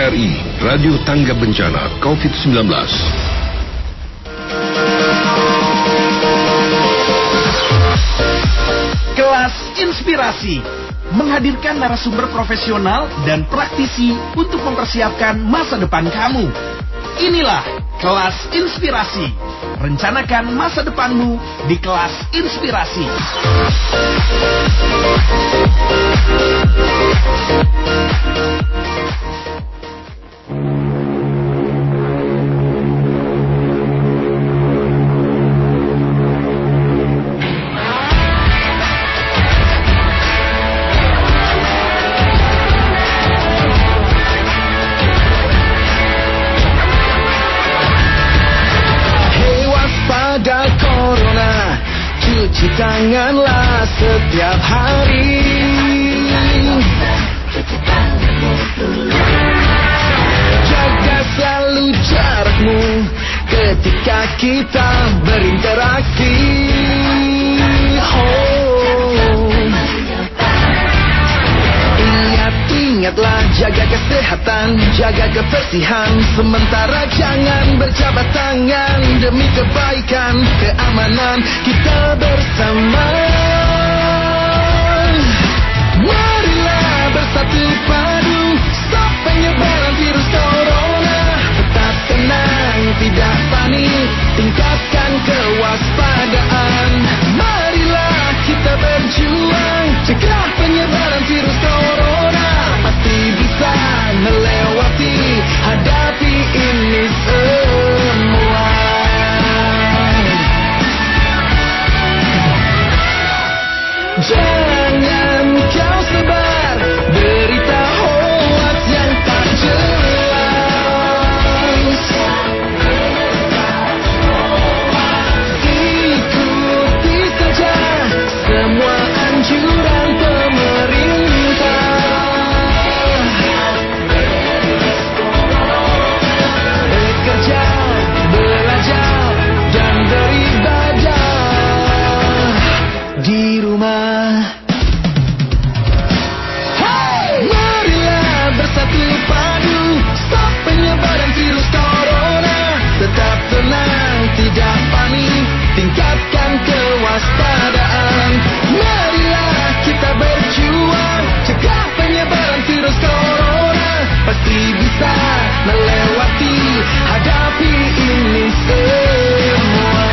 RRI Radio Tangga Bencana COVID-19. Kelas Inspirasi menghadirkan narasumber profesional dan praktisi untuk mempersiapkan masa depan kamu. Inilah Kelas Inspirasi. Rencanakan masa depanmu di Kelas Inspirasi. Cuci tanganlah setiap hari. Jaga selalu jarakmu ketika kita berinteraksi. Ingatlah jaga kesehatan, jaga kebersihan. Sementara jangan berjabat tangan demi kebaikan, keamanan kita bersama. Marilah bersatu padu stop penyebaran virus corona. Tetap tenang, tidak panik, tingkatkan kewaspadaan. Marilah kita berjuang cegah penyebaran virus corona. Pasti bisa melewati, hadapi ini semua. Jangan kau sebar berita hoax yang tak jelas. Ikuti saja semua anjuran pemerintah. Bekerja, belajar, dan beribadah di rumah. Marilah bersatu padu stop penyebaran virus corona. Tetap tenang, tidak panik, tingkatkan kewaspadaan. Marilah kita berjuang cegah penyebaran virus corona. Pasti bisa melewati, hadapi ini semua.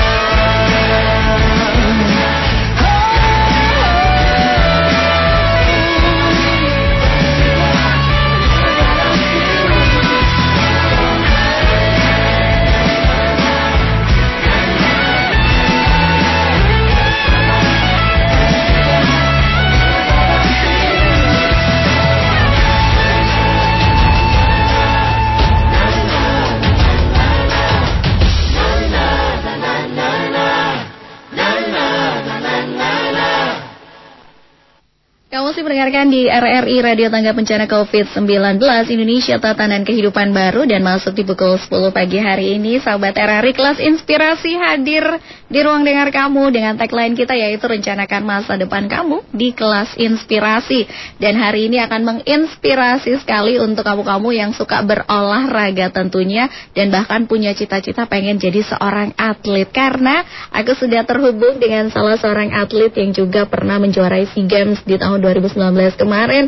Kamu masih mendengarkan di RRI Radio Tangga Bencana COVID-19 Indonesia Tatanan Kehidupan Baru, dan masuk di pukul 10 pagi hari ini sahabat RRI Kelas Inspirasi hadir di ruang dengar kamu dengan tagline kita yaitu rencanakan masa depan kamu di Kelas Inspirasi. Dan hari ini akan menginspirasi sekali untuk kamu-kamu yang suka berolahraga tentunya, dan bahkan punya cita-cita pengen jadi seorang atlet, karena aku sudah terhubung dengan salah seorang atlet yang juga pernah menjuarai SEA Games di tahun 2019 kemarin.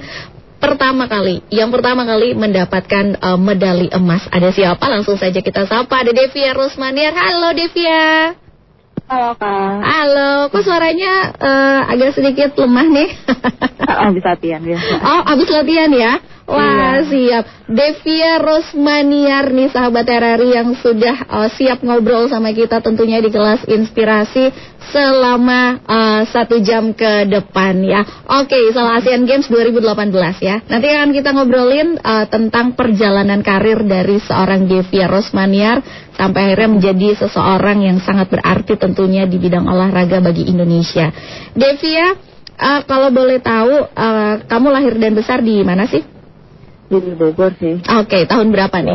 Yang pertama kali mendapatkan medali emas. Ada siapa? Langsung saja kita sapa. Ada Devia Rosmaniar. Halo Devia. Halo Kak. Halo, kok suaranya agak sedikit lemah nih? Habis latihan biasa. Oh, habis latihan ya? Wah, iya. Siap. Devia Rosmaniar nih sahabat RRI yang sudah siap ngobrol sama kita tentunya di Kelas Inspirasi selama 1 jam ke depan ya. Oke, soal Asian Games 2018 ya. Nanti akan kita ngobrolin tentang perjalanan karir dari seorang Devia Rosmaniar sampai akhirnya menjadi seseorang yang sangat berarti tentunya di bidang olahraga bagi Indonesia. Devia, kalau boleh tahu kamu lahir dan besar di mana sih? Di Bogor sih. Oke, tahun berapa nih?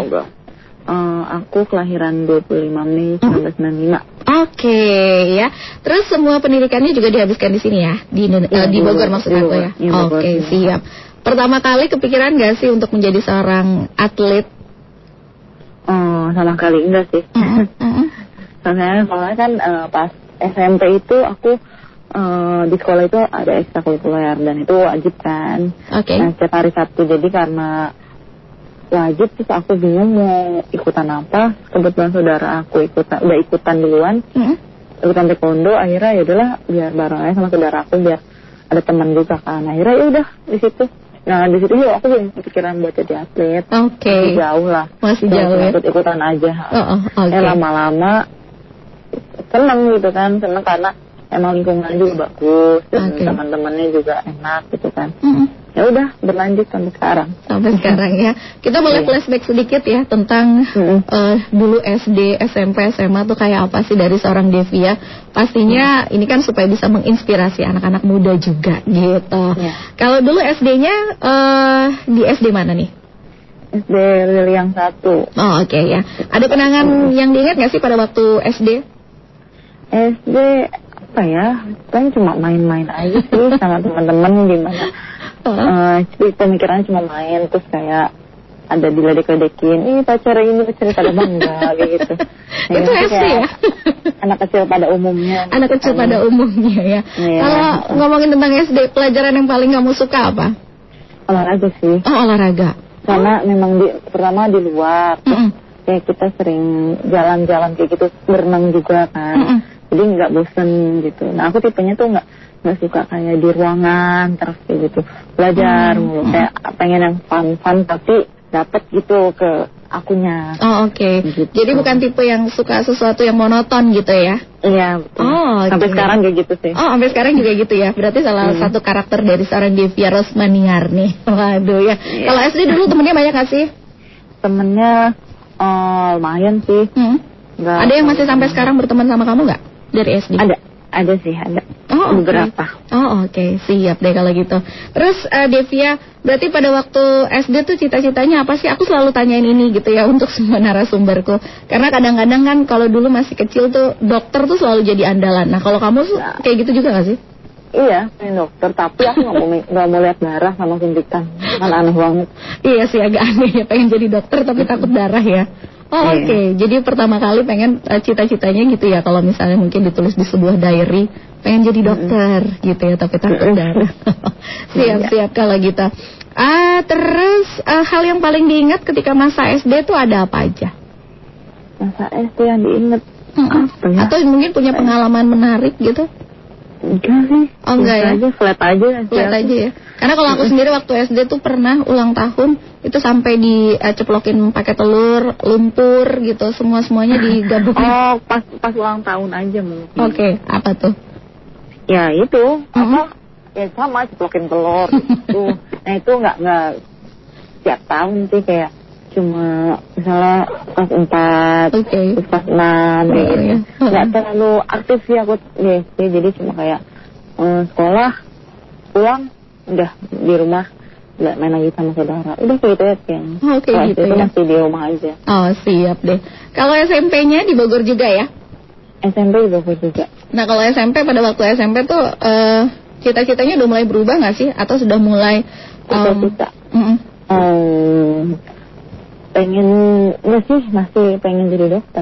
Aku kelahiran 25 Mei 1995. Oke, ya. Terus semua pendidikannya juga dihabiskan di sini ya? Di Bogor maksud aku ya? Oke, siap. Pertama kali kepikiran gak sih untuk menjadi seorang atlet? Oh, sama kali enggak sih. Soalnya kan pas SMP itu aku di sekolah itu ada ekstrakurikuler dan itu wajib kan. Oke. Nah, setiap hari Sabtu, jadi karena wajib terus aku bingung mau ikutan apa. Kebetulan saudara aku udah ikutan duluan, ikutan taekwondo. Akhirnya ya udahlah biar bareng aja sama saudara aku biar ada teman juga kan. Akhirnya ya udah di situ. Nah di situ juga aku belum kepikiran buat jadi atlet. Oke. Masih jauh lah. Masih jauh ya. Ikut-ikutan aja. Okay. Lama-lama seneng gitu kan, seneng karena emang lingkungannya juga bagus dan teman-temannya juga enak gitu kan. Ya udah berlanjut sampai sekarang. Sampai sekarang ya. Kita boleh flashback sedikit ya tentang dulu SD, SMP, SMA tuh kayak apa sih dari seorang Devia. Pastinya ini kan supaya bisa menginspirasi anak-anak muda juga gitu. Kalau dulu SD-nya di SD mana nih? SD Liliang 1. Oh oke ya. Ada kenangan yang diingat gak sih pada waktu SD? SD apa ya? Kan cuma main-main aja sih sama teman-teman gimana. Pemikirannya cuma main terus kayak ada diledek-ledekin, ini pacar pada bangga gitu. Nah, itu SD ya? Anak kecil pada umumnya. Anak kecil pada umumnya ya. Kalau ngomongin tentang SD, pelajaran yang paling kamu suka apa? Olahraga sih. Oh olahraga. Karena memang pertama di luar, kayak kita sering jalan-jalan kayak gitu, berenang juga kan. Jadi nggak bosen gitu. Nah aku tipenya tuh nggak suka kayak di ruangan terus kayak gitu belajar mulu. Kayak pengen yang fun tapi dapat gitu ke akunya. Oh oke. Gitu. Jadi bukan tipe yang suka sesuatu yang monoton gitu ya? Iya betul. Sampai sekarang kayak gitu sih. Oh sampai sekarang juga gitu ya. Berarti salah satu karakter dari seorang Devia Rosmaniar nih. Waduh ya. Kalau SD dulu temennya banyak gak sih? Temennya lumayan sih. Ada yang masih sampai sekarang berteman sama kamu nggak dari SD? Ada sih, ada. Oh, beberapa. Oke. Siap deh kalau gitu. Terus Devia, berarti pada waktu SD tuh cita-citanya apa sih? Aku selalu tanyain ini gitu ya untuk semua narasumberku. Karena kadang-kadang kan kalau dulu masih kecil tuh dokter tuh selalu jadi andalan. Nah kalau kamu tuh kayak gitu juga gak sih? Iya, pengen dokter, tapi aku nggak mau lihat darah sama suntikan. Kan aneh banget. Iya sih agak aneh ya, pengen jadi dokter tapi takut darah ya. Oke. Jadi pertama kali pengen cita-citanya gitu ya, kalau misalnya mungkin ditulis di sebuah diary, pengen jadi dokter gitu ya, tapi takut darah. Siap-siap kalau gitu. Terus hal yang paling diingat ketika masa SD tuh ada apa aja? Masa SD yang diingat apa ya? Atau mungkin punya pengalaman menarik gitu? Enggak sih. Oh enggak ya? Flat aja. Flat aja ya. Karena kalau aku sendiri waktu SD tuh pernah ulang tahun itu sampai diceplokin pakai telur, lumpur gitu, semuanya digabungin. Oh, pas ulang tahun aja mungkin. Oke, apa tuh? Ya itu, apa? Ya sama ceplokin telur itu. Nah itu nggak tiap tahun sih, kayak cuma misalnya kelas 4, terus kelas 6 gitu. Nggak terlalu aktif sih aku di SD, jadi cuma kayak sekolah, pulang, udah di rumah main lagi sama saudara. Udah kayak gitu ya yang gitu itu ya. masih di rumah aja. Oh siap deh. Kalau SMP-nya di Bogor juga ya? SMP di Bogor juga. Nah kalau SMP, pada waktu SMP tuh cita-citanya udah mulai berubah nggak sih? Atau sudah mulai cita-cita? Pengen, enggak sih, masih pengen jadi dokter.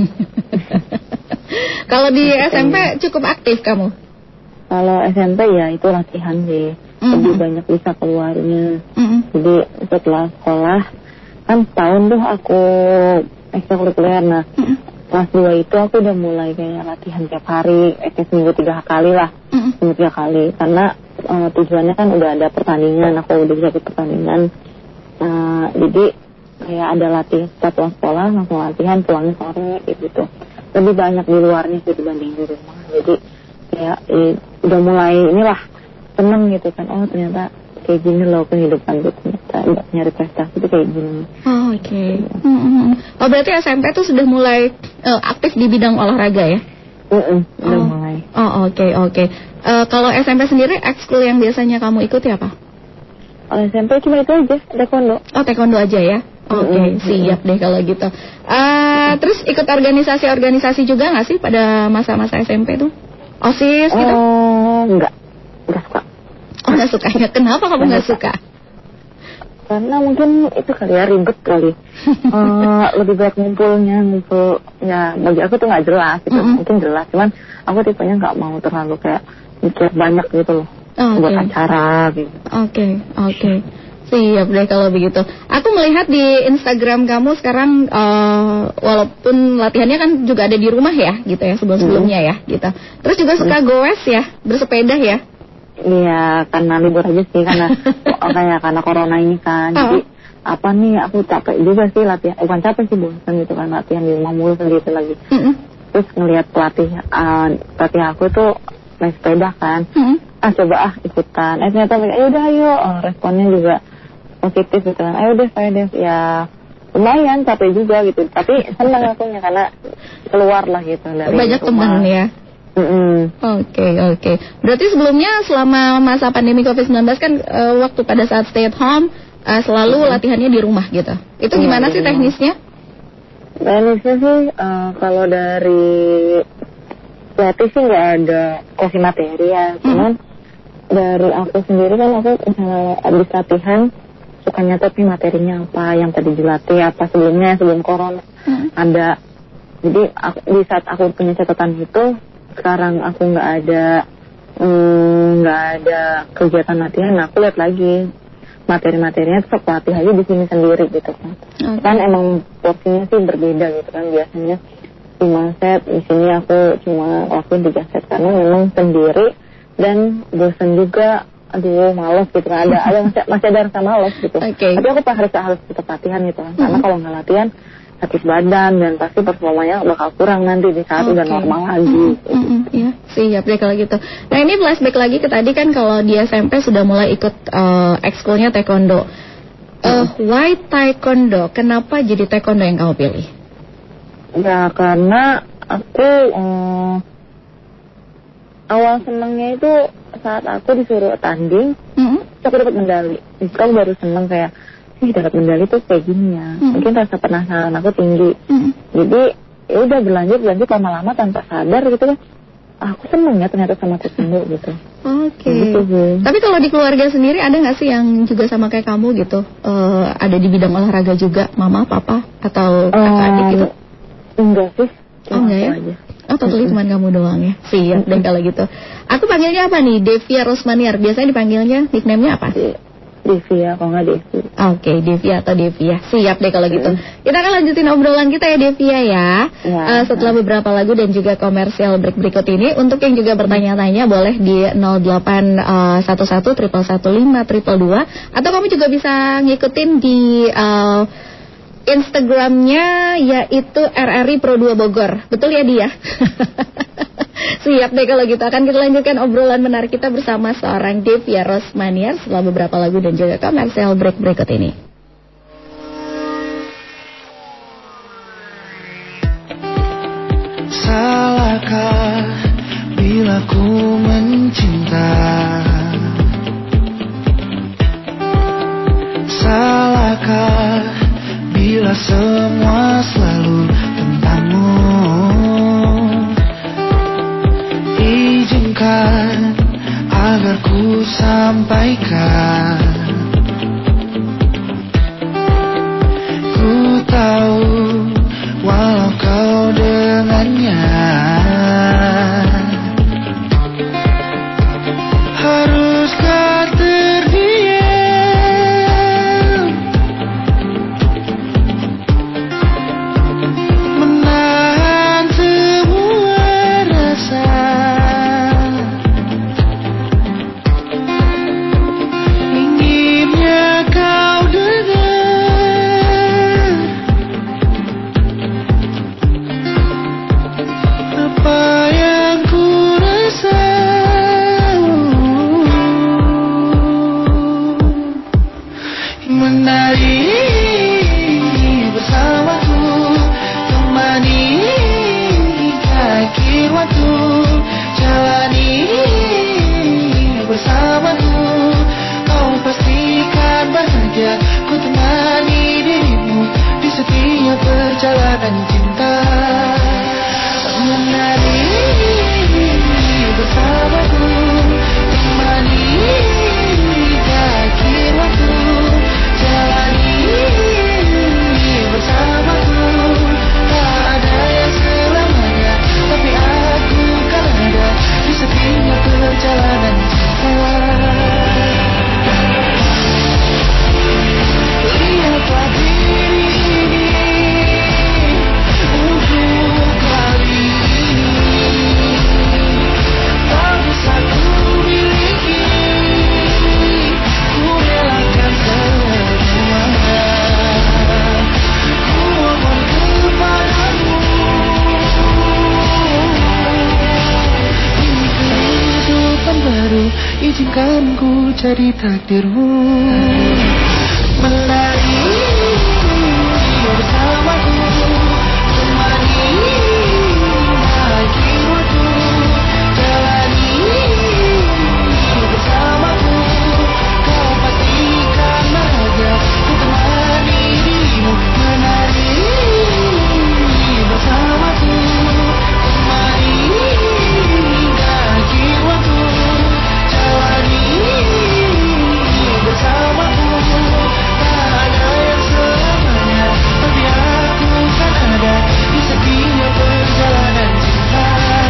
Kalau di SMP cukup aktif kamu? Kalau SMP ya itu latihan sih, lebih banyak bisa keluarnya. Jadi setelah sekolah, kan setahun tuh aku ekstrakurikuler. Nah, kelas 2 itu aku udah mulai kayak latihan tiap hari, seminggu 3 kali lah. Seminggu 3 kali, karena tujuannya kan udah ada pertandingan, aku udah bisa ikut pertandingan. Jadi kayak ada latihan setelah sekolah, langsung latihan, pulangnya sore gitu. Lebih banyak di luarnya sih dibanding di rumah. Jadi kayak udah mulai inilah seneng gitu kan. Oh ternyata kayak gini loh kehidupan gitu. Ternyata nyari prestasi itu kayak gini. Oh oke. Oh berarti SMP tuh sudah mulai aktif di bidang olahraga ya? Udah mulai. Oh oke. Kalau SMP sendiri ekskul yang biasanya kamu ikuti apa? Kalau SMP cuma itu aja, taekwondo. Oh taekwondo aja ya? Oke, siap deh kalau gitu. Terus ikut organisasi-organisasi juga nggak sih pada masa-masa SMP tuh? OSIS gitu? Enggak suka. Oh nggak suka ya? Kenapa kamu nggak suka? Karena mungkin itu kali ya, ribet kali. Lebih baik ngumpul ya, bagi aku tuh nggak jelas gitu. Mungkin jelas, cuman aku tipenya nggak mau terlalu kayak mikir banyak gitu loh. Buat acara gitu. Oke. Siap deh kalau begitu. Aku melihat di Instagram kamu sekarang walaupun latihannya kan juga ada di rumah ya gitu ya, sebelum-sebelumnya ya gitu. Terus juga suka goes ya, bersepeda ya? Iya, karena libur aja sih, karena corona ini kan. Jadi aku capek juga sih latihan. Bukan capek sih, bosan gitu kan latihan di rumah mulu gitu lagi. Terus ngelihat pelatih aku tuh main sepeda kan. Coba ikutan. Ternyata udah ayo, responnya juga positif gitu kan. Ayo deh, saya deh ya. Lumayan capek juga gitu. Tapi senang akunya karena keluar lah gitu dari banyak teman ya. Oke. Berarti sebelumnya selama masa pandemi COVID-19 kan waktu pada saat stay at home selalu latihannya di rumah gitu. Itu gimana sih teknisnya? Teknisnya sih kalau dari pelatih sih nggak ada kasih materi ya. Cuman dari aku sendiri kan aku misalnya habis latihan suka nyatet nih materinya apa yang tadi dilatih apa sebelum corona ada. Jadi di saat aku punya catatan itu, sekarang aku nggak ada kegiatan latihan, aku lihat lagi materi-materinya tetap latih aja di sini sendiri gitu kan. Kan emang porsinya sih berbeda gitu kan, biasanya 5 set, di sini aku cuma lakuin 3 set karena memang sendiri dan bosan juga, malas gitu kan, masih ada rasa malas gitu. Tapi aku harus tetap latihan gitu kan, karena kalau nggak latihan sakit badan dan pasti performanya bakal kurang nanti di saat udah normal lagi. Ya, siap deh kalau gitu. Nah ini flashback lagi ke tadi kan kalau di SMP sudah mulai ikut ekskulnya taekwondo. Why taekwondo? Kenapa jadi taekwondo yang kamu pilih? Ya karena aku awal senangnya itu saat aku disuruh tanding, aku dapat medali. Itu aku baru senang kayak dapat medali tuh kayak gini ya. Mungkin rasa penasaran aku tinggi. Jadi ya udah berlanjut lama-lama tanpa sadar gitu kan. Aku seneng ya ternyata sama taekwondo gitu. Gitu, tapi kalau di keluarga sendiri ada nggak sih yang juga sama kayak kamu gitu? Ada di bidang olahraga juga, mama, papa atau kakak adik gitu? Enggak sih. Enggak ya? Totally cuma kamu doang ya. Siap deh kalau gitu. Aku panggilnya apa nih? Devia Rosmaniar. Biasanya dipanggilnya nickname-nya apa? Devia, kalau nggak Devi. Oke, Devia atau Devia. Siap deh kalau gitu. Kita akan lanjutin obrolan kita ya Devia ya. Setelah beberapa lagu dan juga komersial break berikut ini. Untuk yang juga bertanya-tanya boleh di 0811 115 222. Atau kamu juga bisa ngikutin di Instagramnya yaitu RRI Pro 2 Bogor. Betul ya dia? Siap deh kalau gitu. Akan kita lanjutkan obrolan menarik kita bersama seorang Devia Rosmaniar setelah beberapa lagu dan juga komersial break berikut ini. Salahkah bila ku mencinta? Salahkah bila semua selalu tentangmu? Izinkan agar ku sampaikan. Ku tahu walau kau dengannya haruskah terdiam, menahan semua rasa, inginnya kau dengar apa yang ku rasa. Menari bersamaku, temani kaki waktu, jalani bersamaku. Kau pastikan bahagia, ku temani dirimu di setiap perjalanan cinta. Menari bersamaku, temani kaki waktu, jalani izinkan ku jadi takdirmu. Menari bersamaku, temani pagi waktu, jalani bersamaku. Kau pastikan bahagia, ku temani dirimu. Menari bersamaku, temani pagi waktu, jalani bersamaku. Tak ada yang selamanya, tapi aku kan ada di setiap perjalanan cinta.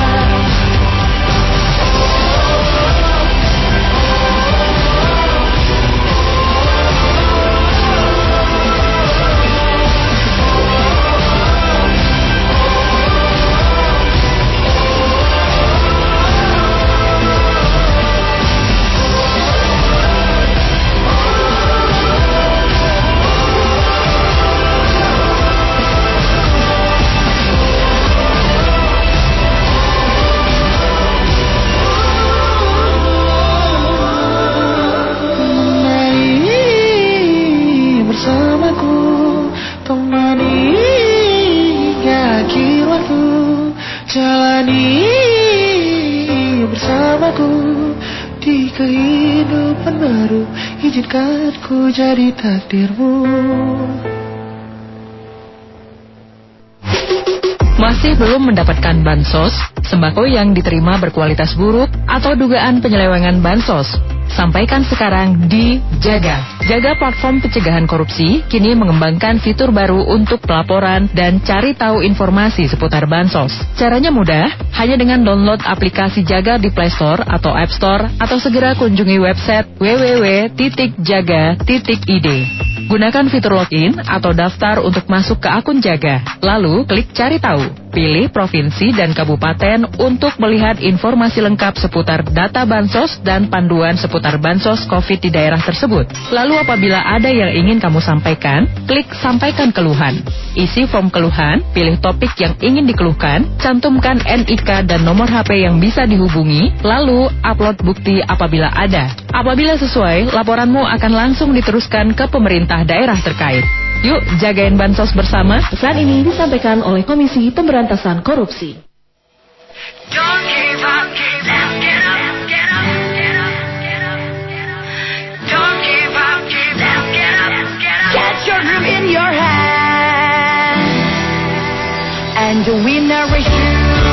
Bersamaku, temani kaki waktu, jalani bersamaku di kehidupan baru, izinkan ku jadi takdirmu. Masih belum mendapatkan bansos, sembako yang diterima berkualitas buruk, atau dugaan penyelewengan bansos? Sampaikan sekarang di Jaga. Jaga platform pencegahan korupsi kini mengembangkan fitur baru untuk pelaporan dan cari tahu informasi seputar bansos. Caranya mudah, hanya dengan download aplikasi Jaga di Play Store atau App Store, atau segera kunjungi website www.jaga.id. Gunakan fitur login atau daftar untuk masuk ke akun Jaga. Lalu klik cari tahu. Pilih provinsi dan kabupaten untuk melihat informasi lengkap seputar data bansos dan panduan seputar bansos COVID di daerah tersebut. Lalu apabila ada yang ingin kamu sampaikan, klik sampaikan keluhan. Isi form keluhan, pilih topik yang ingin dikeluhkan, cantumkan NIK dan nomor HP yang bisa dihubungi, lalu upload bukti apabila ada. Apabila sesuai, laporanmu akan langsung diteruskan ke pemerintah daerah terkait. Yuk, jagain bansos bersama. Pesan ini disampaikan oleh Komisi Pemberantasan Korupsi. Don't give up, let's get up, get up, get up, get up, get up. Don't give up, let's get up, get up. Get your dream in your hand, and the winner is you.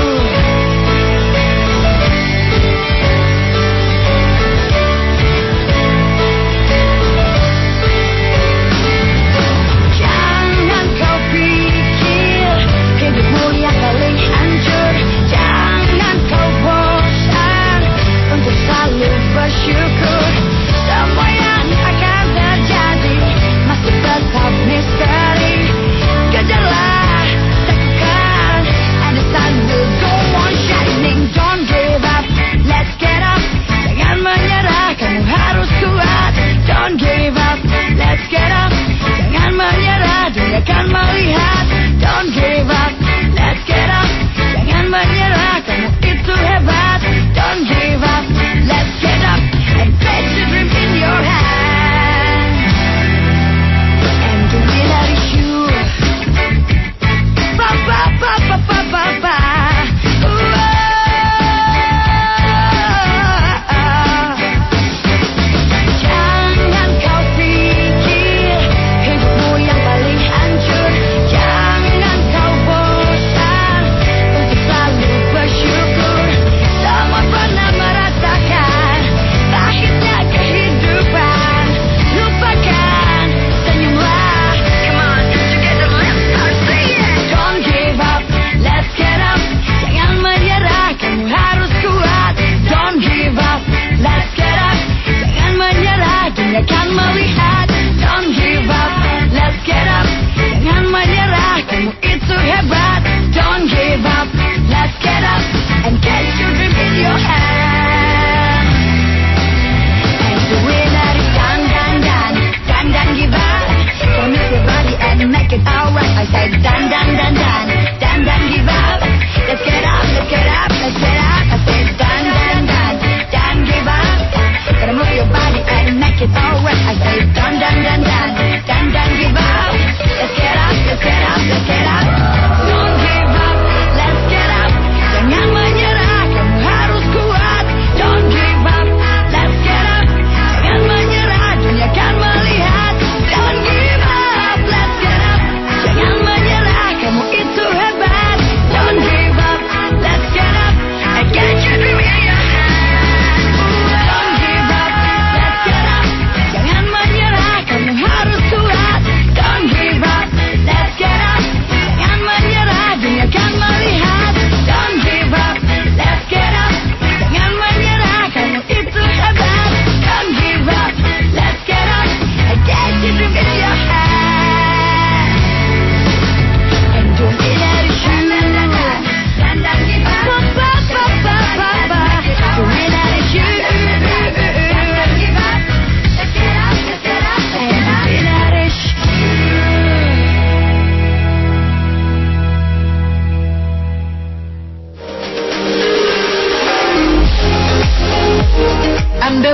Bersyukur semua yang akan terjadi masih tetap misteri. Kejarlah, teguhkan, and the sun will go on shining. Don't give up, let's get up. Jangan menyerah, kamu harus kuat. Don't give up, let's get up. Jangan menyerah, dunia akan melihat. Don't give up, let's get up. Jangan menyerah, kamu itu hebat. Don't give up, let's get up and place your dream in your hand, and the winner is you. Ba ba ba ba ba ba ba. Jangan kau pikir hidupmu yang paling hancur.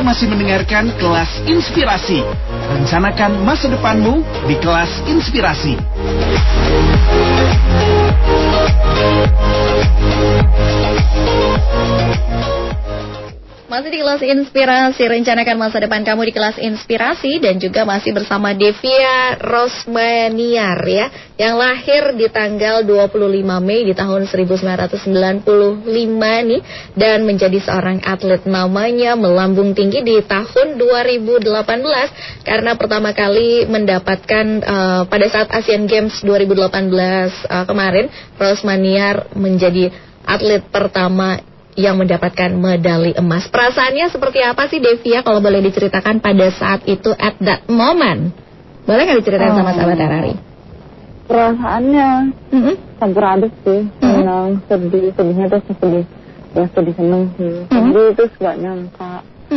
Anda masih mendengarkan Kelas Inspirasi. Rencanakan masa depanmu di Kelas Inspirasi. Masih di Kelas Inspirasi, rencanakan masa depan kamu di Kelas Inspirasi. Dan juga masih bersama Devia Rosmaniar ya, yang lahir di tanggal 25 Mei di tahun 1995 nih, dan menjadi seorang atlet. Namanya melambung tinggi di tahun 2018 karena pertama kali mendapatkan pada saat Asian Games 2018 kemarin, Rosmaniar menjadi atlet pertama yang mendapatkan medali emas. Perasaannya seperti apa sih Devia, kalau boleh diceritakan pada saat itu, at that moment? Boleh nggak diceritain sama sahabat RRI? Perasaannya campur aduk sih, senang, sedih, sedihnya tuh sedih, ya sedih seneng sih. Sedih itu gak nyangka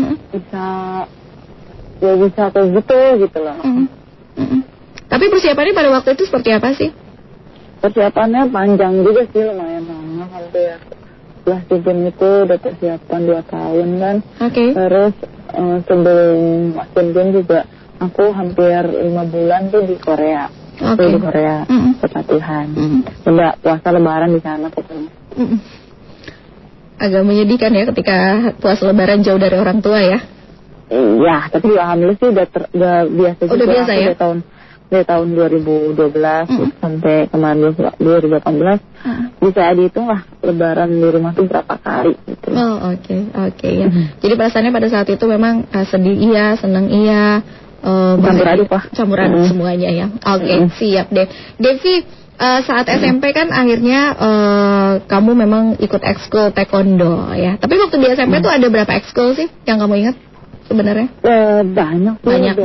bisa kayak gitu loh. Tapi persiapannya pada waktu itu seperti apa sih? Persiapannya panjang juga sih, lumayan lama, hampir setelah SEA itu udah persiapan 2 tahun kan. Terus sebelum Asian Games juga aku hampir 5 bulan tuh di Korea. Di Korea pelatihan. Udah puasa lebaran di sana pokoknya. Agak menyedihkan ya ketika puasa lebaran jauh dari orang tua ya. Iya, tapi alhamdulillah sih udah biasa juga. Udah biasa ya? Dari tahun 2012 sampai kemarin 2018 bisa dihitung lah lebaran di rumah tuh berapa kali gitu. Oke ya. Jadi perasaannya pada saat itu memang sedih iya, senang iya, campur aduk lah. Campur aduk semuanya ya. Siap deh. Devi, saat SMP kan akhirnya kamu memang ikut ekskul taekwondo ya. Tapi waktu di SMP tuh ada berapa ekskul sih yang kamu ingat sebenarnya? Banyak.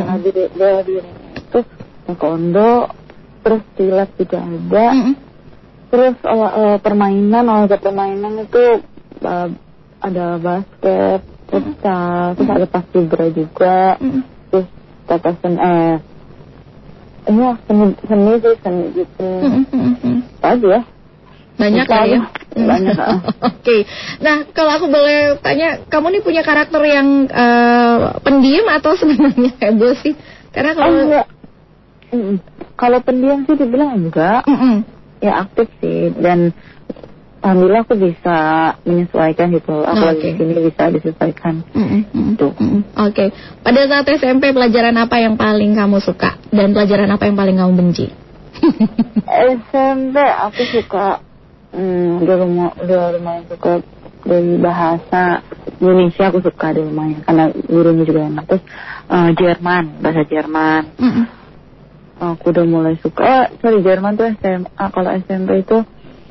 Tuh taekwondo, terus silat juga ada, terus olahraga permainan itu ada basket, futsal, terus ada paskibra juga, terus seni gitu, apa ya? Banyak kali ya? Banyak. Oke. Nah, kalau aku boleh tanya, kamu nih punya karakter yang pendiam atau sebenarnya heboh sih? Karena kalau pendiam sih dibilang enggak, ya aktif sih, dan alhamdulillah aku bisa menyesuaikan gitu. Aku lagi di sini bisa disesuaikan. Oke. Pada saat SMP, pelajaran apa yang paling kamu suka dan pelajaran apa yang paling kamu benci? SMP aku suka, udah lumayan suka dari bahasa Indonesia, aku suka dari lumayan karena gurunya juga enak. Terus bahasa Jerman. Aku udah mulai suka. Jerman tuh SMA. Kalau SMP itu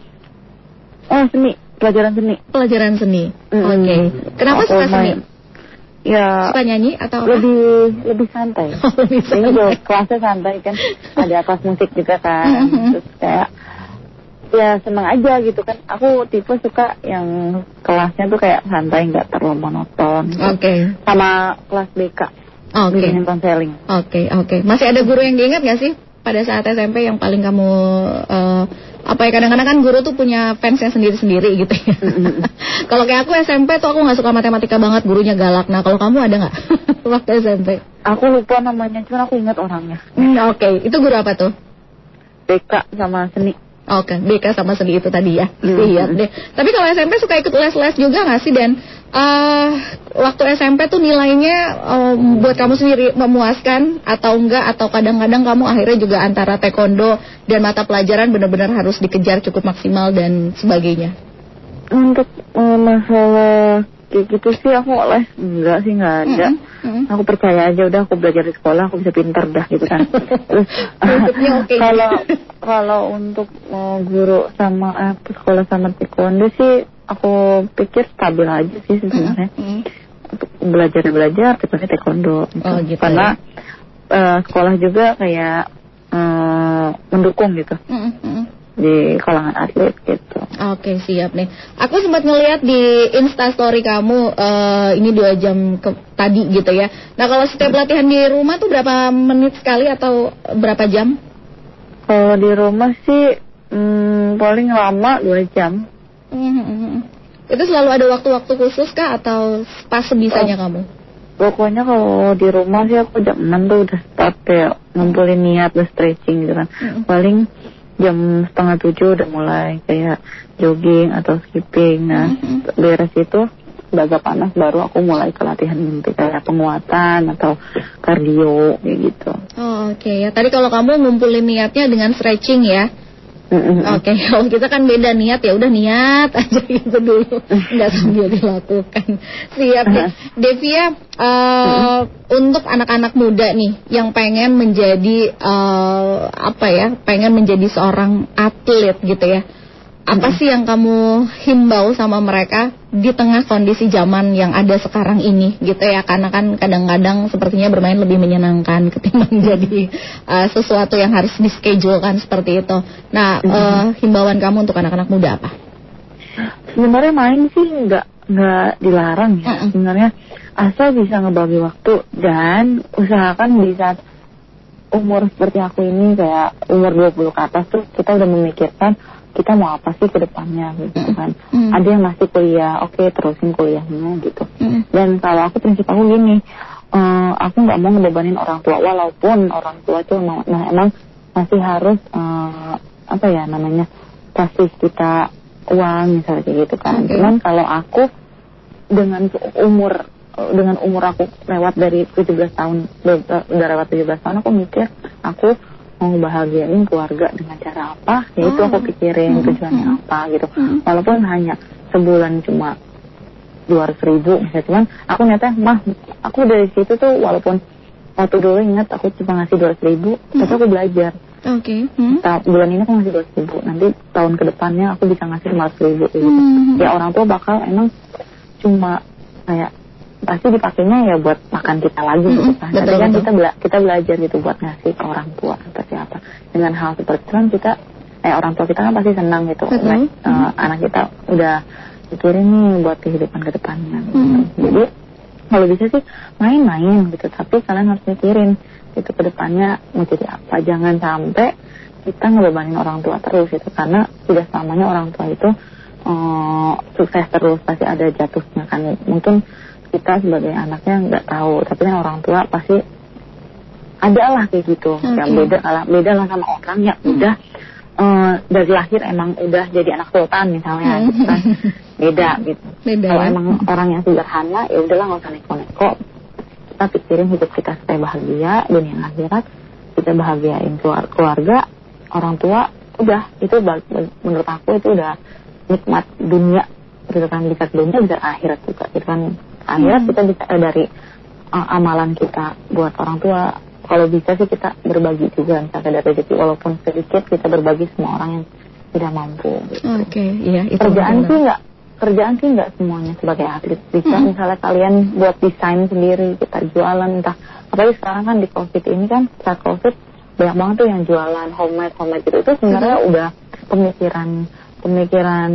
seni, pelajaran seni. Pelajaran seni. Oke. Kenapa suka seni? Ya, suka nyanyi atau apa? Lebih santai. Ini juga kelasnya santai kan. Ada kelas musik juga kan. Terus kayak ya seneng aja gitu kan. Aku tipe suka yang kelasnya tuh kayak santai, nggak terlalu monoton. Sama kelas BK. Bimbingan konseling. Oke. Masih ada guru yang diingat nggak sih pada saat SMP yang paling kamu kadang-kadang kan guru tuh punya fansnya sendiri-sendiri gitu ya. Kalau kayak aku SMP tuh aku nggak suka matematika banget, gurunya galak. Nah kalau kamu ada nggak waktu SMP? Aku lupa namanya, cuman aku ingat orangnya. Itu guru apa tuh? BK sama seni. BK sama seni itu tadi ya. Siap deh. Tapi kalau SMP suka ikut les-les juga nggak sih? Dan waktu SMP tuh nilainya buat kamu sendiri memuaskan atau enggak? Atau kadang-kadang kamu akhirnya juga antara taekwondo dan mata pelajaran benar-benar harus dikejar cukup maksimal dan sebagainya? Untuk masalah kayak gitu sih aku les enggak ada. Aku percaya aja, udah aku belajar di sekolah aku bisa pintar dah gitu kan. Terus kalau untuk guru sama sekolah sama taekwondo sih aku pikir stabil aja sih sebenarnya. Untuk belajar taekwondo gitu. Karena sekolah juga kayak mendukung gitu di kalangan atlet gitu. Oke, siap nih. Aku sempat ngeliat di Instastory kamu ini 2 jam tadi gitu ya. Nah kalau setiap latihan di rumah tuh berapa menit sekali atau berapa jam? Kalau di rumah sih paling lama 2 jam. Itu selalu ada waktu-waktu khusus kah atau pas sebisanya kamu? Pokoknya kalau di rumah sih aku jam 6 tuh udah start kayak ngumpulin niat, udah stretching gitu kan. Paling jam 6:30 udah mulai kayak jogging atau skipping. Nah, beres itu udah agak panas baru aku mulai ke latihan inti kayak penguatan atau kardio kayak gitu. Oh, oke ya. Tadi kalau kamu ngumpulin niatnya dengan stretching ya. Oke, kalau kita kan beda niat ya udah niat aja gitu dulu, nggak sambil dilakukan. Siap nih, Devia. Untuk anak-anak muda nih yang pengen menjadi pengen menjadi seorang atlet gitu ya. Apa sih yang kamu himbau sama mereka di tengah kondisi zaman yang ada sekarang ini gitu ya? Karena kan kadang-kadang sepertinya bermain lebih menyenangkan ketimbang jadi sesuatu yang harus di-schedulekan seperti itu. Nah, himbauan kamu untuk anak-anak muda apa? Sebenarnya main sih nggak dilarang ya. Sebenarnya asal bisa ngebagi waktu dan usahakan di saat umur seperti aku ini kayak umur 20 ke atas tuh kita udah memikirkan kita mau apa sih ke depannya gitu kan. Ada yang masih kuliah, oke, terusin kuliahnya gitu. Dan kalau aku prinsip aku gini, aku nggak mau ngebebanin orang tua walaupun orang tua tuh emang masih harus kasih kita uang misalnya kayak gitu kan. Cuman kalau aku dengan umur aku lewat dari 17 tahun udah lewat 17 tahun aku mikir aku mau bahagiain keluarga dengan cara apa, ya itu aku pikirin tujuannya apa gitu. Walaupun hanya sebulan cuma 200.000 misalnya, cuman aku nyata aku dari situ tuh walaupun waktu dulu ingat aku cuma ngasih 200.000, tapi aku belajar. Bulan ini aku ngasih 200.000, nanti tahun kedepannya aku bisa ngasih 500.000 gitu. Ya orang tua bakal emang cuma kayak pasti dipakainya ya buat makan kita lagi gitu kan. Tapi kan kita belajar gitu buat ngasih ke orang tua seperti apa. Dengan hal seperti itu kan kita orang tua kita kan pasti senang gitu. Anak kita udah pikirin nih buat kehidupan ke depannya gitu. Jadi kalau bisa sih main-main gitu, tapi kalian harus mikirin itu ke depannya mau jadi apa. Jangan sampai kita ngebebanin orang tua terus gitu, karena tidak selamanya orang tua itu sukses terus, pasti ada jatuhnya kan. Mungkin kita sebagai anaknya nggak tahu, tapi kan orang tua pasti ada lah kayak gitu. Yang beda lah sama orang yang udah dari lahir emang udah jadi anak sultan misalnya gitu kan. Beda gitu. Kalau emang orang yang sederhana ya udahlah nggak usah neko-neko, kita pikirin hidup kita supaya bahagia dunia akhirat, kita bahagiain keluarga, orang tua, udah itu menurut aku itu udah nikmat dunia gitu kan. Bisa dunia bisa akhirat juga gitu kan. Akhirat kita bisa dari amalan kita buat orang tua. Kalau bisa sih kita berbagi juga misalnya dari rezeki, walaupun sedikit kita berbagi semua orang yang tidak mampu gitu. Iya, itu kerjaan sih nggak semuanya sebagai atlet. Bisa misalnya kalian buat desain sendiri, kita jualan entah. Apalagi sekarang kan di COVID ini kan, saat COVID banyak banget tuh yang jualan homemade gitu. Itu sebenarnya udah pemikiran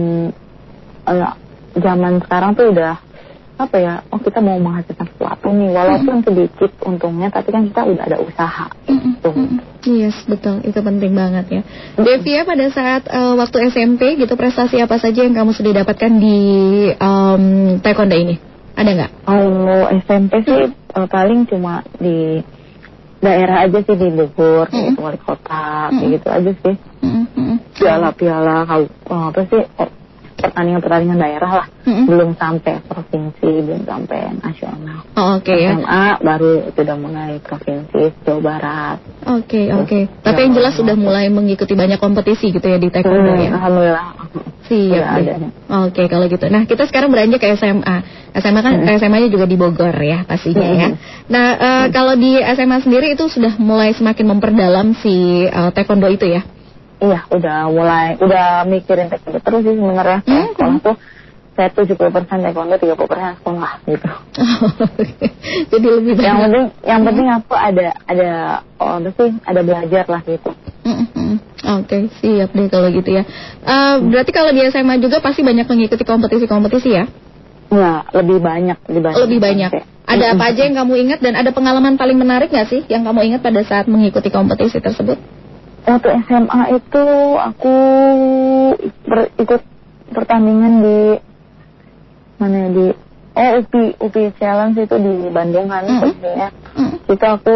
zaman sekarang tuh udah kita mau menghasilkan sesuatu nih walaupun sedikit untungnya, tapi kan kita udah ada usaha. Yes, betul, itu penting banget ya. Devia, pada saat waktu SMP gitu, prestasi apa saja yang kamu sudah dapatkan di taekwondo ini? Ada nggak? Kalau SMP sih paling cuma di daerah aja sih, di Bogor, gitu, wali kota, kayak gitu aja sih. Piala apa sih? Pertandingan daerah lah, belum sampai provinsi, belum sampai nasional. SMA baru itu udah mulai provinsi, Jawa Barat. Tapi yang jelas sudah mulai mengikuti banyak kompetisi gitu ya di taekwondo ya. Alhamdulillah. Siap deh. Kalau gitu. Nah, kita sekarang beranjak ke SMA. SMA kan SMA-nya juga di Bogor ya pastinya ya. Nah, kalau di SMA sendiri itu sudah mulai semakin memperdalam si taekwondo itu ya. Iya, udah mikirin taekwondo terus sih sebenarnya. Sekolah tuh saya 70% taekwondo, 30% sekolah gitu. Jadi lebih banyak. Yang penting aku ada belajar lah gitu. Siap deh kalau gitu ya. Berarti kalau di SMA juga pasti banyak mengikuti kompetisi-kompetisi ya? Ya, lebih banyak. Ada apa aja yang kamu ingat dan ada pengalaman paling menarik nggak sih yang kamu ingat pada saat mengikuti kompetisi tersebut? Waktu SMA itu aku ikut pertandingan di UPI Challenge itu di Bandung kan sebenarnya. Itu aku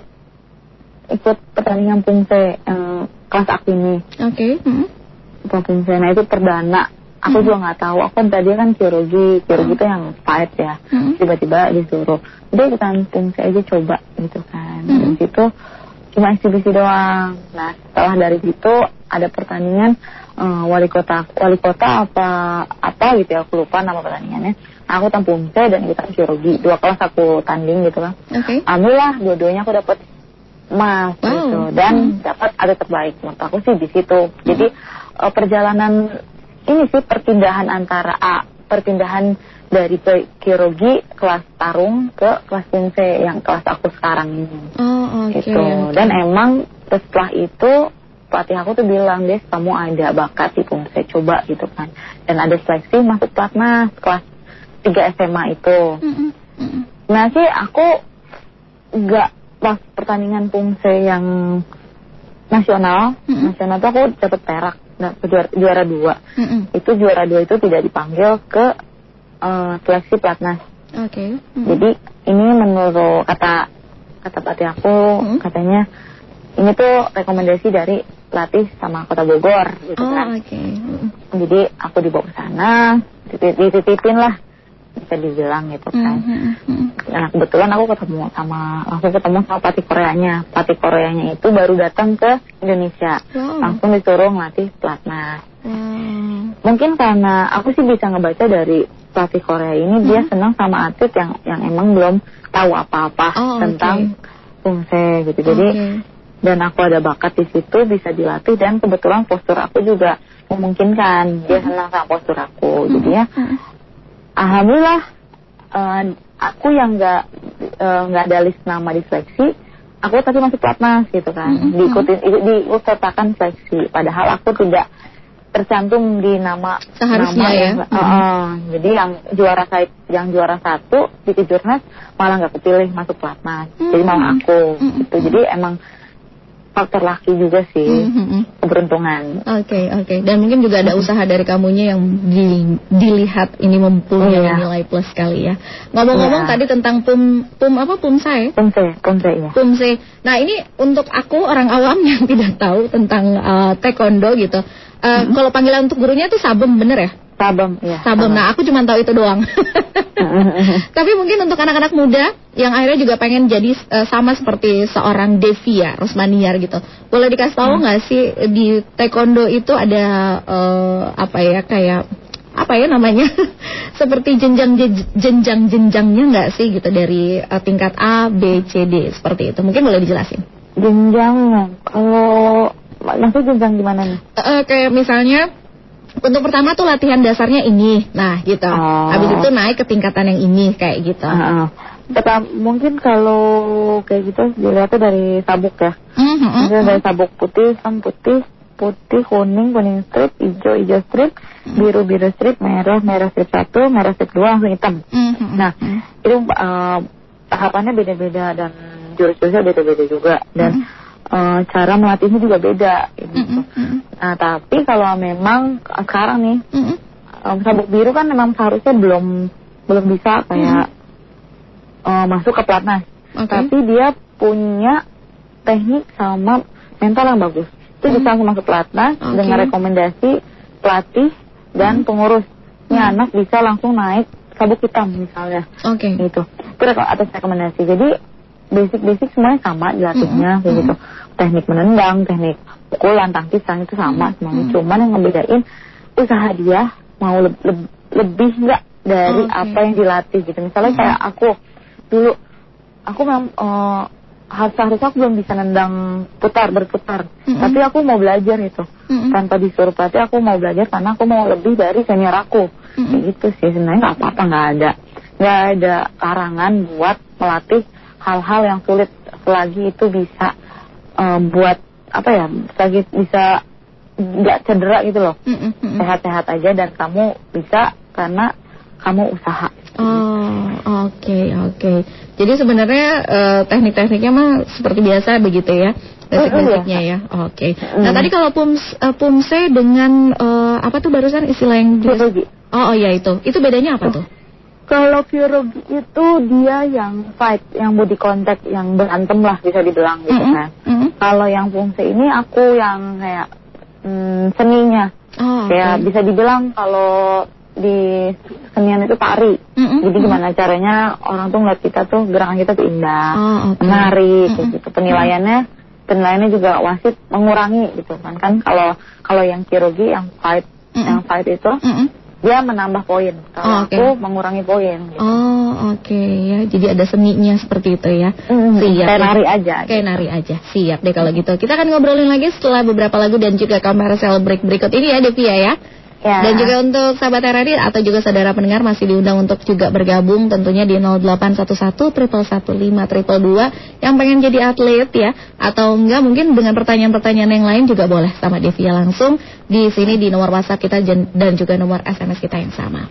ikut pertandingan Pumse yang kelas Akini. Oke. Pumse, nah itu perdana. Aku juga nggak tahu. Aku tadi kan kirurgi itu yang fight ya. Tiba-tiba disuruh, udah ikutan Pumse aja coba gitu kan. Dari situ cuma eksibisi doang. Nah setelah dari situ ada pertandingan wali kota apa gitu ya, aku lupa nama pertandingannya. Aku Pumse dan ikutan kirurgi. 2 kelas aku tanding gitu kan. Alhamdulillah dua-duanya aku dapat emas gitu dan dapat atlet terbaik. Menurut aku sih di situ. Jadi perjalanan ini sih perpindahan dari kirurgi kelas tarung ke kelas Pumse yang kelas aku sekarang ini. Gitu. Dan emang setelah itu pelatih aku tuh bilang, Des, kamu ada bakat di Pumse, coba gitu kan. Dan ada seleksi masuk pelatnas kelas 3 SMA itu. Nah sih aku nggak pas pertandingan Pumse yang nasional tuh aku dapat perak, juara 2. Itu juara 2 itu tidak dipanggil ke seleksi pelatnas. Jadi ini menurut kata pelatih aku, katanya ini tuh rekomendasi dari pelatih sama Kota Bogor gitu kan. Jadi aku dibawa ke sana, dititipin lah, bisa dibilang gitu kan. Nah kebetulan aku ketemu sama pelatih Koreanya. Pelatih Koreanya itu baru datang ke Indonesia, langsung disuruh ngelatih pelatnas. Mungkin karena aku sih bisa ngebaca dari pelatih Korea ini, dia senang sama atlet yang emang belum tahu apa-apa tentang Pumse gitu. Jadi dan aku ada bakat di situ, bisa dilatih, dan kebetulan postur aku juga memungkinkan. Dia senang sama postur aku. Jadi ya alhamdulillah aku yang nggak ada list nama di seleksi, aku tapi masuk pelatnas gitu kan. Diikutsertakan seleksi, padahal aku tidak tercantum di nama seharusnya nama ya. Jadi yang juara 1 di Kejurnas malah nggak kepilih masuk pelatnas. Jadi malah aku gitu. Jadi emang faktor laki juga sih, keberuntungan. Oke. Dan mungkin juga ada usaha dari kamunya yang dilihat ini mempunyai nilai plus sekali ya. Ngomong-ngomong tadi tentang Pumse. Pumse. Nah ini untuk aku orang awam yang tidak tahu tentang taekwondo gitu. Kalau panggilan untuk gurunya itu Sabem, bener ya? Sabem. Nah aku cuma tahu itu doang. Tapi mungkin untuk anak-anak muda yang akhirnya juga pengen jadi sama seperti seorang Devia Rosmaniar gitu, boleh dikasih tahu nggak sih di taekwondo itu ada namanya seperti jenjang-jenjangnya nggak sih gitu, dari tingkat A, B, C, D seperti itu, mungkin boleh dijelasin? Jenjang, kalau maksud jenjang gimana nih? Kayak misalnya untuk pertama tuh latihan dasarnya ini, nah gitu. Habis itu naik ke tingkatan yang ini kayak gitu. Mungkin kalau kayak gitu dilihatnya dari sabuk ya. Misalnya dari sabuk putih, kuning strip, hijau strip, biru strip, merah strip 1, merah strip 2, langsung hitam. Nah itu tahapannya beda-beda dan jurus-jurusnya beda-beda juga, dan cara melatihnya juga beda gitu. Nah tapi kalau memang sekarang nih sabuk biru kan memang seharusnya belum bisa kayak masuk ke pelatnas, tapi dia punya teknik sama mental yang bagus, itu bisa langsung masuk pelatnas dengan rekomendasi pelatih dan pengurus. Ini anak bisa langsung naik sabuk hitam misalnya, gitu. Itu atas rekomendasi. Jadi basic semuanya sama dilatihnya, gitu. Teknik menendang, teknik pukulan, tangkisan itu sama semuanya. Cuman yang ngebedain usaha dia mau lebih enggak dari apa yang dilatih gitu. Misalnya kayak aku dulu, aku memang seharusnya aku belum bisa nendang berputar, tapi aku mau belajar itu. Tanpa disuruh pelatih, aku mau belajar karena aku mau lebih dari senior aku. Kayak gitu sih, sebenarnya nggak apa-apa, nggak ada larangan buat melatih hal-hal yang sulit selagi itu bisa buat selagi bisa nggak cedera gitu loh, sehat-sehat aja dan kamu bisa karena kamu usaha. Oke. Jadi sebenarnya teknik-tekniknya mah seperti biasa begitu ya, basic-basicnya ya. Oke. Nah tadi kalau Pumse dengan apa tuh barusan istilah yang kirurgi. Iya itu bedanya apa tuh? Kalau Kyurogi itu dia yang fight, yang body contact, yang berantem lah bisa dibilang gitu kan. Kalau yang fungsi ini aku yang kayak seninya. Kayak bisa dibilang kalau di kesenian itu tari. Jadi gimana caranya orang tuh ngeliat kita tuh gerakan kita tuh indah, menarik gitu. Penilaiannya juga wasit mengurangi gitu kan. Kan kalau yang Kyurogi yang fight itu dia menambah poin, kalau aku mengurangi poin gitu. Ya. Jadi ada seninya seperti itu ya. Siap. Kayak nari aja. Kayak nari aja. Siap deh kalau gitu. Kita akan ngobrolin lagi setelah beberapa lagu dan juga commercial break berikut ini ya Devia ya. Dan juga untuk sahabat RRI atau juga saudara pendengar masih diundang untuk juga bergabung tentunya di 0811-115-222 yang pengen jadi atlet ya, atau enggak mungkin dengan pertanyaan-pertanyaan yang lain juga boleh sama Devia langsung di sini di nomor WhatsApp kita dan juga nomor SMS kita yang sama.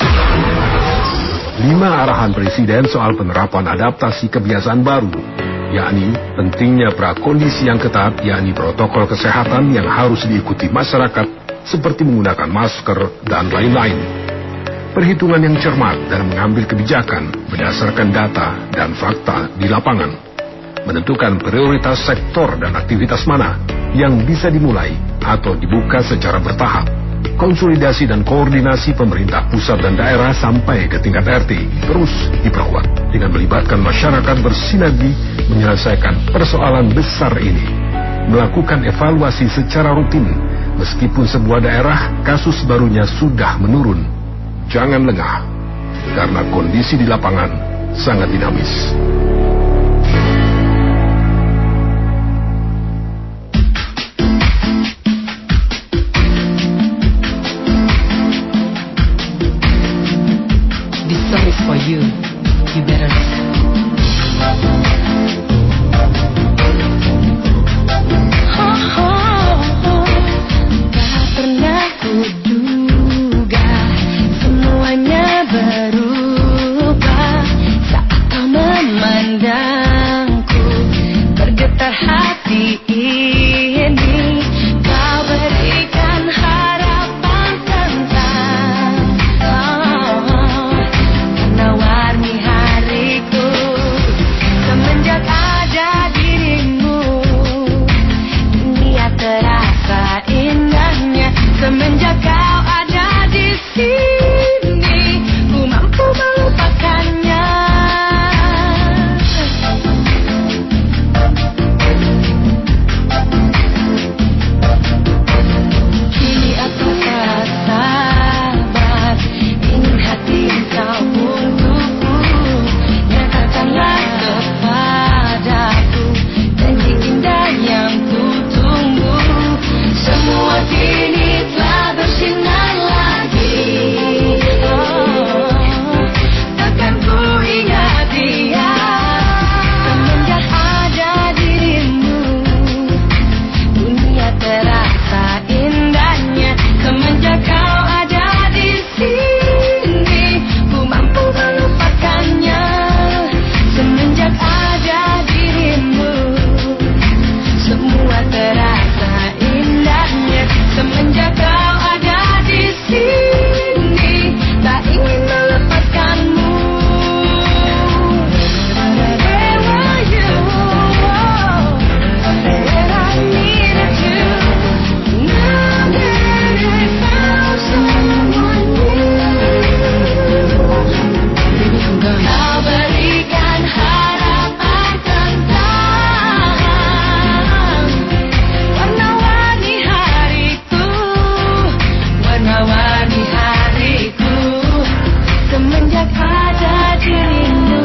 Arahan Presiden soal penerapan adaptasi kebiasaan baru yakni pentingnya prakondisi yang ketat, yakni protokol kesehatan yang harus diikuti masyarakat seperti menggunakan masker dan lain-lain. Perhitungan yang cermat dan mengambil kebijakan berdasarkan data dan fakta di lapangan. Menentukan prioritas sektor dan aktivitas mana yang bisa dimulai atau dibuka secara bertahap. Konsolidasi dan koordinasi pemerintah pusat dan daerah sampai ke tingkat RT terus diperkuat dengan melibatkan masyarakat bersinergi menyelesaikan persoalan besar ini. Melakukan evaluasi secara rutin meskipun sebuah daerah kasus barunya sudah menurun. Jangan lengah karena kondisi di lapangan sangat dinamis. For you, you better tak pernah kuduga semuanya berubah saat kau memandangku, bergetar hati ini. Kau berikan harapan tentang warna hariku. Semenjak ada dirimu, dunia terasa indahnya. Semenjak kau ada di sini, ku mampu melupakannya. Kini aku tak sabar, ingin hati kau untukku. Nyatakanlah kepadaku janji indah yang ku tunggu. Semua kini telah bersinar lagi. Takkan ku ingat dia. Semenjak ada dirimu, dunia terasa indahnya. Semenjak kau ada di sini, ku mampu melupakannya. Semenjak ada dirimu, semua terasa indahnya. Semenjak kau ada di sini, tak ingin melepaskanmu. Where were you? When I needed you. Now that I found someone new, kau berikan harapan tentang warna-warni hariku, warna-warni hariku. Semenjak ada dirimu,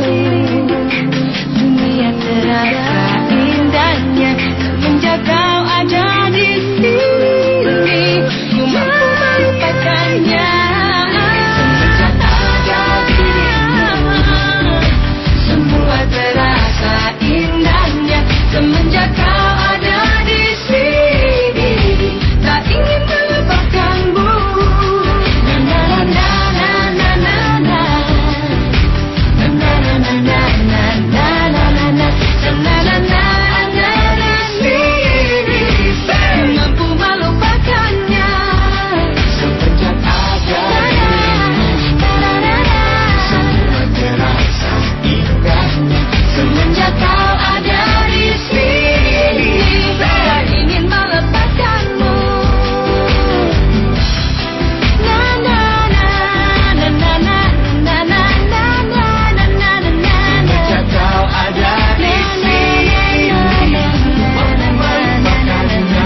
dunia terasa indahnya. Semenjak kau ada di sini, ku mampu melupakannya. Semenjak ada dirimu, semua terasa indahnya. Semenjak kau ada di sini, tak ingin melupakanmu. Na na na na na na na. Na na na na na na na na na na. Na na na na na na sini, mampu melupakannya. Semenjak ada semua terasa indahnya. Semenjak kau ada di sini, tak ingin melepaskanmu. Na na na na na na na na na na na na na. Semenjak kau ada di sini, mampu melupakannya.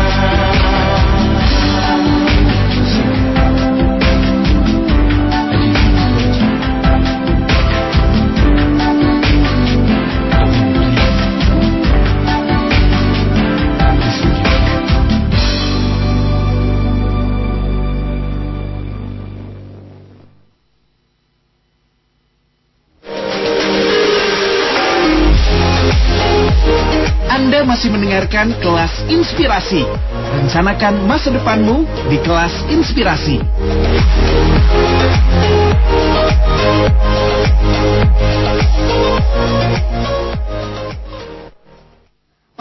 Anda masih mendengarkan Kelas Inspirasi. Rencanakan masa depanmu di Kelas Inspirasi.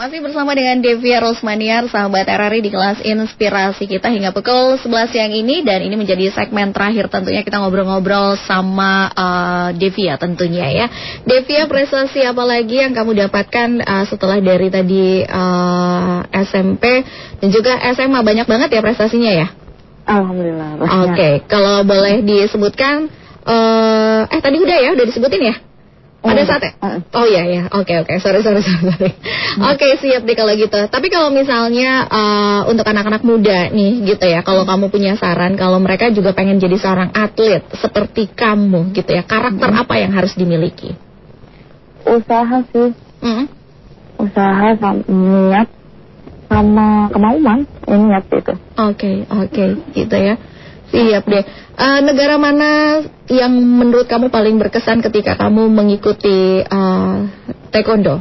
Masih bersama dengan Devia Rosmaniar, sahabat RRI di kelas inspirasi kita hingga pukul 11 siang ini. Dan ini menjadi segmen terakhir tentunya kita ngobrol-ngobrol sama Devia tentunya ya. Devia, prestasi apa lagi yang kamu dapatkan setelah dari tadi SMP dan juga SMA? Banyak banget ya prestasinya ya? Alhamdulillah. Oke, kalau boleh disebutkan, tadi udah disebutin ya? Pada saat oh ya, oke, sorry. Oke, siap deh kalau gitu. Tapi kalau misalnya untuk anak-anak muda nih gitu ya, kalau kamu punya saran, kalau mereka juga pengen jadi seorang atlet seperti kamu gitu ya, karakter apa yang harus dimiliki? Usaha sih, usaha sama niat sama kemauan, niat itu. Oke, gitu ya. Siap deh. Negara mana yang menurut kamu paling berkesan ketika kamu mengikuti taekwondo?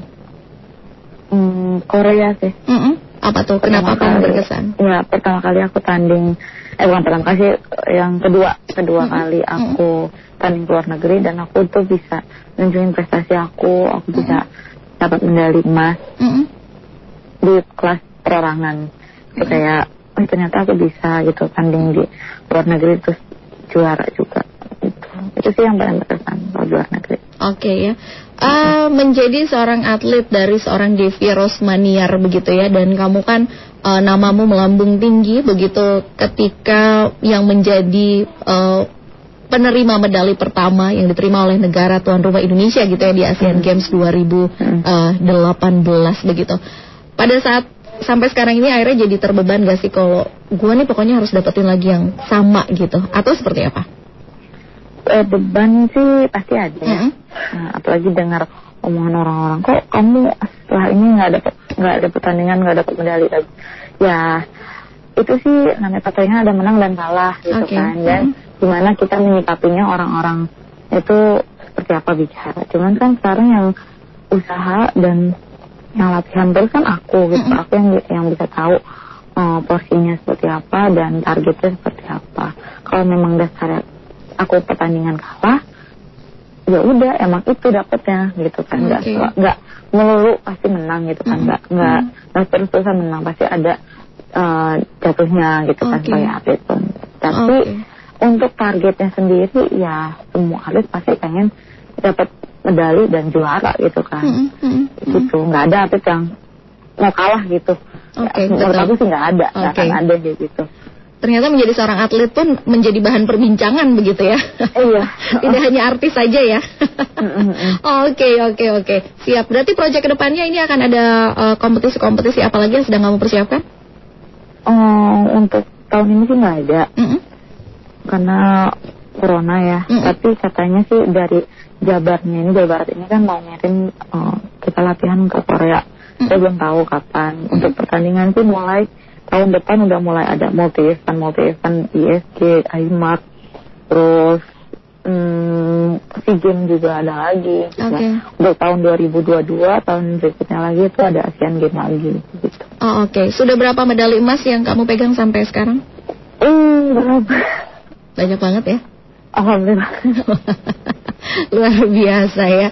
Korea sih. Apa tuh? Kenapa paling berkesan? Ya, pertama kali aku tanding, bukan pertama kali, yang kedua kali aku tanding ke luar negeri dan aku tuh bisa nunjukin prestasi aku bisa dapat medali emas di kelas perorangan. Kayak ternyata aku bisa gitu tanding di luar negeri terus juara juga gitu. Itu sih yang paling berkesan kalau luar negeri. Oke ya. Menjadi seorang atlet dari seorang Devia Rosmaniar begitu ya, dan kamu kan namamu melambung tinggi begitu ketika yang menjadi penerima medali pertama yang diterima oleh negara tuan rumah Indonesia gitu ya di Asian Games 2018 begitu. Pada saat sampai sekarang ini akhirnya jadi terbeban gak sih kalau gue nih pokoknya harus dapetin lagi yang sama gitu, atau seperti apa? Beban sih pasti ada ya. Apalagi dengar omongan orang-orang, kok kamu setelah ini nggak dapet pertandingan, nggak dapet medali lagi. Ya itu sih namanya pertandingan ada menang dan kalah gitu kan. Dan gimana kita menyikapinya, orang-orang itu seperti apa bicara. Cuman kan sekarang yang usaha dan yang latihan terus kan aku gitu. Aku yang bisa tahu porsinya seperti apa dan targetnya seperti apa. Kalau memang dasarnya aku pertandingan kalah, ya udah emang itu dapetnya gitu kan. Nggak melulu pasti menang gitu kan. Nggak terus-terusan menang, pasti ada jatuhnya gitu kan sebagai atlet pun. Tapi untuk targetnya sendiri ya semua atlet pasti pengen dapat medali dan juara gitu kan. Gitu, nggak ada atlet yang mau kalah gitu. Menurut aku sih nggak ada, nggak akan ada gitu. Ternyata menjadi seorang atlet pun menjadi bahan perbincangan begitu ya. Iya. Tidak hanya artis saja ya. Oke. Siap. Berarti proyek kedepannya ini akan ada kompetisi-kompetisi apa lagi yang sedang kamu persiapkan? Untuk tahun ini sih nggak ada. Karena corona ya. Tapi katanya sih dari Jawa Barat ini kan mau ngirim kita latihan ke Korea. Saya belum tahu kapan. Untuk pertandingan sih mulai tahun depan udah mulai ada multi event ISG, IMAT, terus SEA Games juga ada lagi. Untuk tahun 2022 tahun berikutnya lagi itu ada Asian Games lagi gitu. Sudah berapa medali emas yang kamu pegang sampai sekarang? Berapa? Banyak banget ya. Alhamdulillah. Luar biasa ya.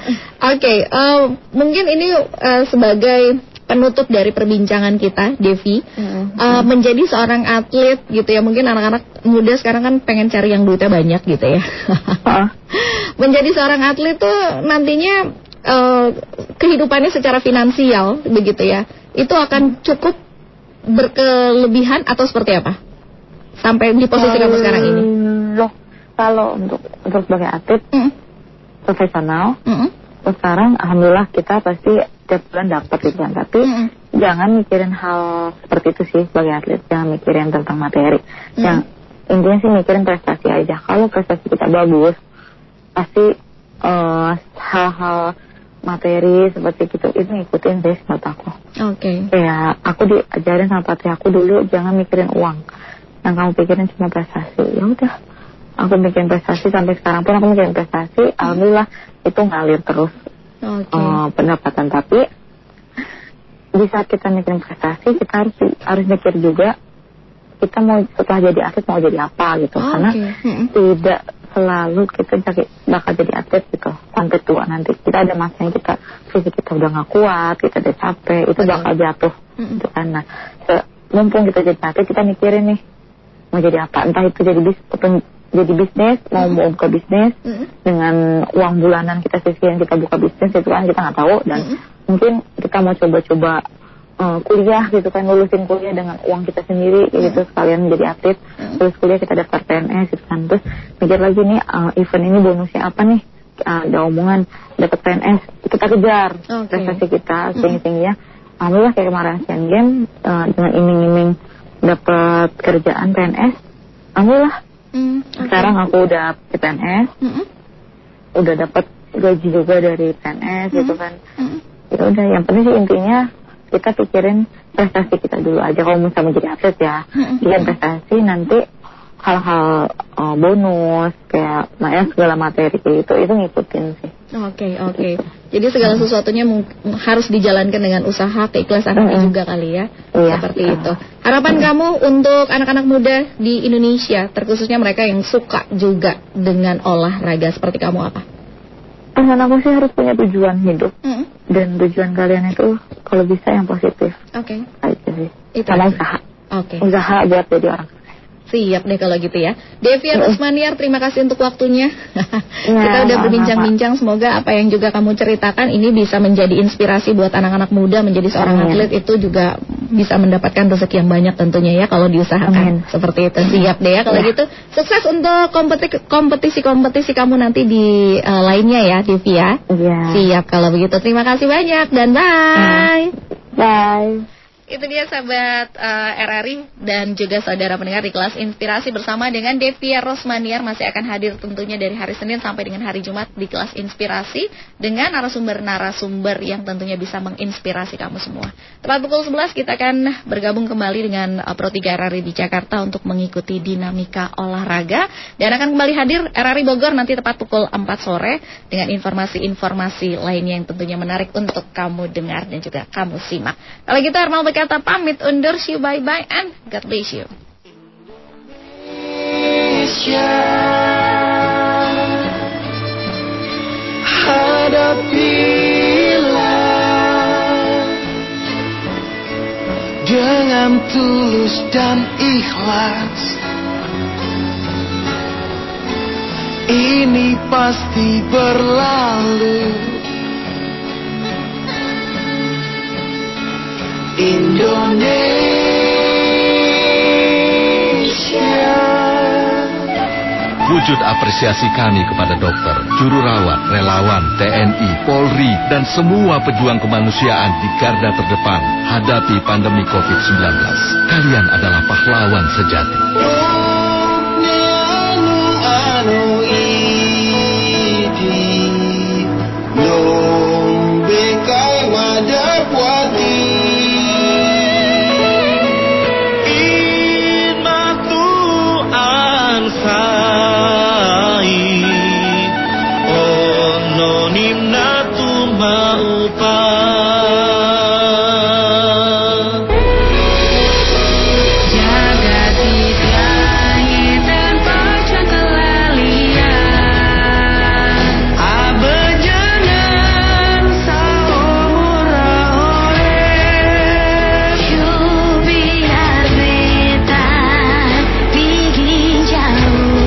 Mungkin ini sebagai penutup dari perbincangan kita, Devi. Menjadi seorang atlet gitu ya, mungkin anak-anak muda sekarang kan pengen cari yang duitnya banyak gitu ya. Menjadi seorang atlet tuh nantinya kehidupannya secara finansial begitu ya, itu akan cukup berkelebihan atau seperti apa? Sampai di posisi kamu sekarang ini. Kalau untuk sebagai atlet profesional, sekarang alhamdulillah kita pasti tiap bulan dapat gitu kan. Tapi jangan mikirin hal seperti itu sih sebagai atlet. Jangan mikirin tentang materi. Yang intinya sih mikirin prestasi aja. Kalau prestasi kita bagus, pasti hal-hal materi seperti gitu itu ngikutin deh menurut aku. Kayak aku diajarin sama pelatih aku dulu, jangan mikirin uang. Yang kamu pikirin cuma prestasi. Ya udah, aku mikirin prestasi sampai sekarang pun aku mikirin prestasi. Alhamdulillah itu ngalir terus pendapatan. Tapi di saat kita mikirin prestasi, kita harus mikir juga kita mau setelah jadi atlet mau jadi apa gitu. Karena tidak selalu kita bakal jadi atlet gitu sampai tua nanti. Kita ada masanya kita fisik kita udah nggak kuat, kita udah capek, itu bakal jatuh gitu kan. Nah, mumpung kita jadi atlet, kita mikirin nih mau jadi apa, entah itu jadi bisnis, mau buka bisnis dengan uang bulanan kita sisihin, kita buka bisnis itu kan kita nggak tahu, dan mungkin kita mau coba-coba kuliah gitu kan, lulusin kuliah dengan uang kita sendiri gitu, sekalian jadi atlet, terus kuliah kita daftar PNS gitu kan, terus mikir lagi nih event ini bonusnya apa nih, ada omongan dapat PNS, kita kejar prestasi kita tinggi-tingginya. Alhamdulillah kayak kemarin Asian Games dengan iming-iming dapat kerjaan PNS, alhamdulillah. Sekarang aku udah di PNS, udah dapat gaji juga dari PNS gitu kan. Ya udah, yang penting sih intinya kita pikirin prestasi kita dulu aja. Kalau misalnya menjadi atlet ya, pikirin prestasi, nanti hal-hal bonus kayak segala materi kayak itu ngikutin sih. Oke. Jadi segala sesuatunya harus dijalankan dengan usaha, keikhlasan juga kali ya. Seperti itu. Harapan kamu untuk anak-anak muda di Indonesia, terkhususnya mereka yang suka juga dengan olahraga seperti kamu, apa? Pesan aku sih harus punya tujuan hidup. Dan tujuan kalian itu kalau bisa yang positif. Aja sih. Sama usaha. Usaha buat jadi orang. Siap deh kalau gitu ya. Devia Rosmaniar, terima kasih untuk waktunya. Kita udah berbincang-bincang, semoga apa yang juga kamu ceritakan ini bisa menjadi inspirasi buat anak-anak muda menjadi seorang atlet, itu juga bisa mendapatkan rezeki yang banyak tentunya ya kalau diusahakan. Seperti itu. Siap deh ya kalau gitu. Sukses untuk kompetisi kamu nanti di lainnya ya, Devia. Siap kalau begitu. Terima kasih banyak dan bye. Bye. Itu dia sahabat RRI dan juga saudara pendengar di Kelas Inspirasi bersama dengan Devia Rosmaniar, masih akan hadir tentunya dari hari Senin sampai dengan hari Jumat di Kelas Inspirasi dengan narasumber-narasumber yang tentunya bisa menginspirasi kamu semua. Tepat pukul 11 kita akan bergabung kembali dengan Pro 3 RRI di Jakarta untuk mengikuti dinamika olahraga, dan akan kembali hadir RRI Bogor nanti tepat pukul 4 sore dengan informasi-informasi lainnya yang tentunya menarik untuk kamu dengar dan juga kamu simak. Kalau gitu Armal kata pamit undur, see you, bye-bye and God bless you. Indonesia, hadapilah dengan tulus dan ikhlas. Ini pasti berlalu. Indonesia. Wujud apresiasi kami kepada dokter, juru rawat, relawan, TNI, Polri, dan semua pejuang kemanusiaan di garda terdepan hadapi pandemi COVID-19. Kalian adalah pahlawan sejati. Biar beta tinggi jauh.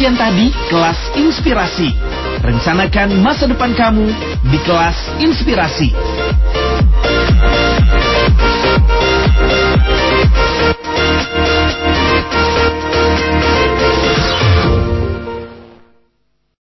Demikian tadi kelas inspirasi. Rencanakan masa depan kamu di kelas inspirasi.